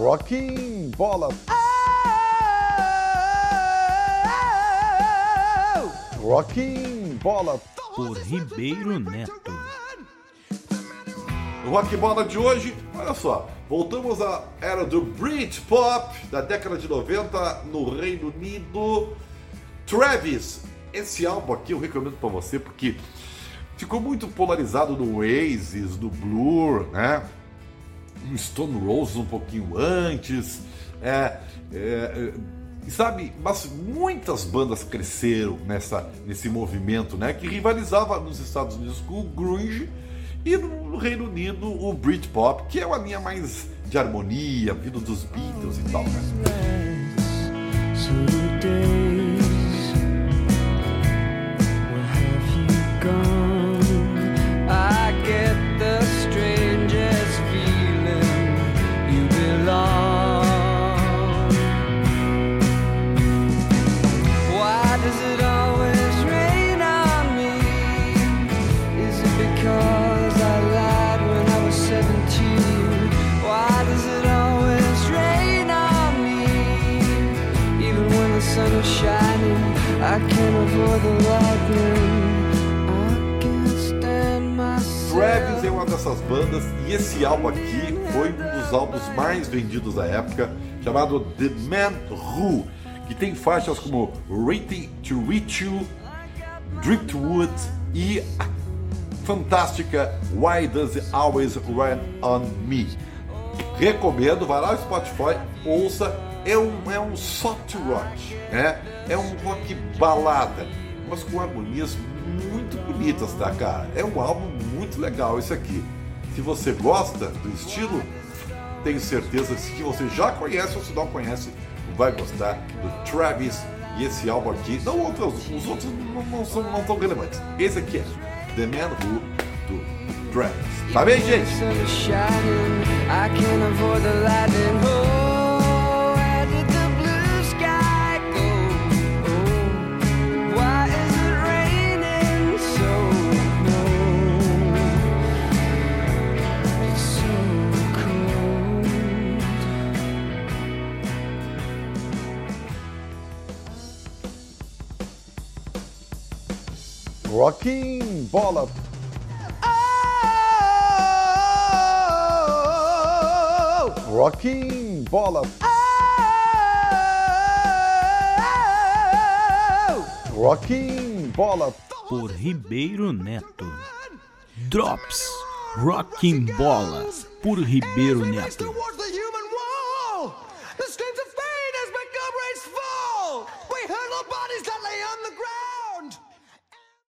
Rocking Bola. Rocking Bola. Por Ribeiro Neto. O Rock Bola de hoje, olha só, voltamos à era do Britpop da década de 90 no Reino Unido. Travis, esse álbum aqui eu recomendo pra você porque ficou muito polarizado no Oasis, no Blur, né? No Stone Roses um pouquinho antes, sabe? Mas muitas bandas cresceram nesse movimento, né? Que rivalizava nos Estados Unidos com o grunge e no Reino Unido o Britpop, que é uma linha mais de harmonia, vindo dos Beatles e tal, né? Travis é uma dessas bandas e esse álbum aqui foi um dos álbuns mais vendidos da época, chamado The Man Who, que tem faixas como Ready to Reach You, Driftwood e a fantástica Why Does It Always Rain On Me. Recomendo, vai lá no Spotify, ouça, é um soft rock, né? É um rock balada, mas com harmonias muito bonitas, tá, cara? É um álbum muito legal esse aqui. Se você gosta do estilo, tenho certeza que se você já conhece ou se não conhece, vai gostar do Travis e esse álbum aqui. Não os outros não são relevantes. Esse aqui é The Man Who, do Travis. Tá bem, gente? Rocking Bola. Rocking Bola. Rocking Bola. Por Ribeiro Neto. Drops. Rocking Bola. Por Ribeiro Neto. The streams of fate as my cobras fall. We hurtle bodies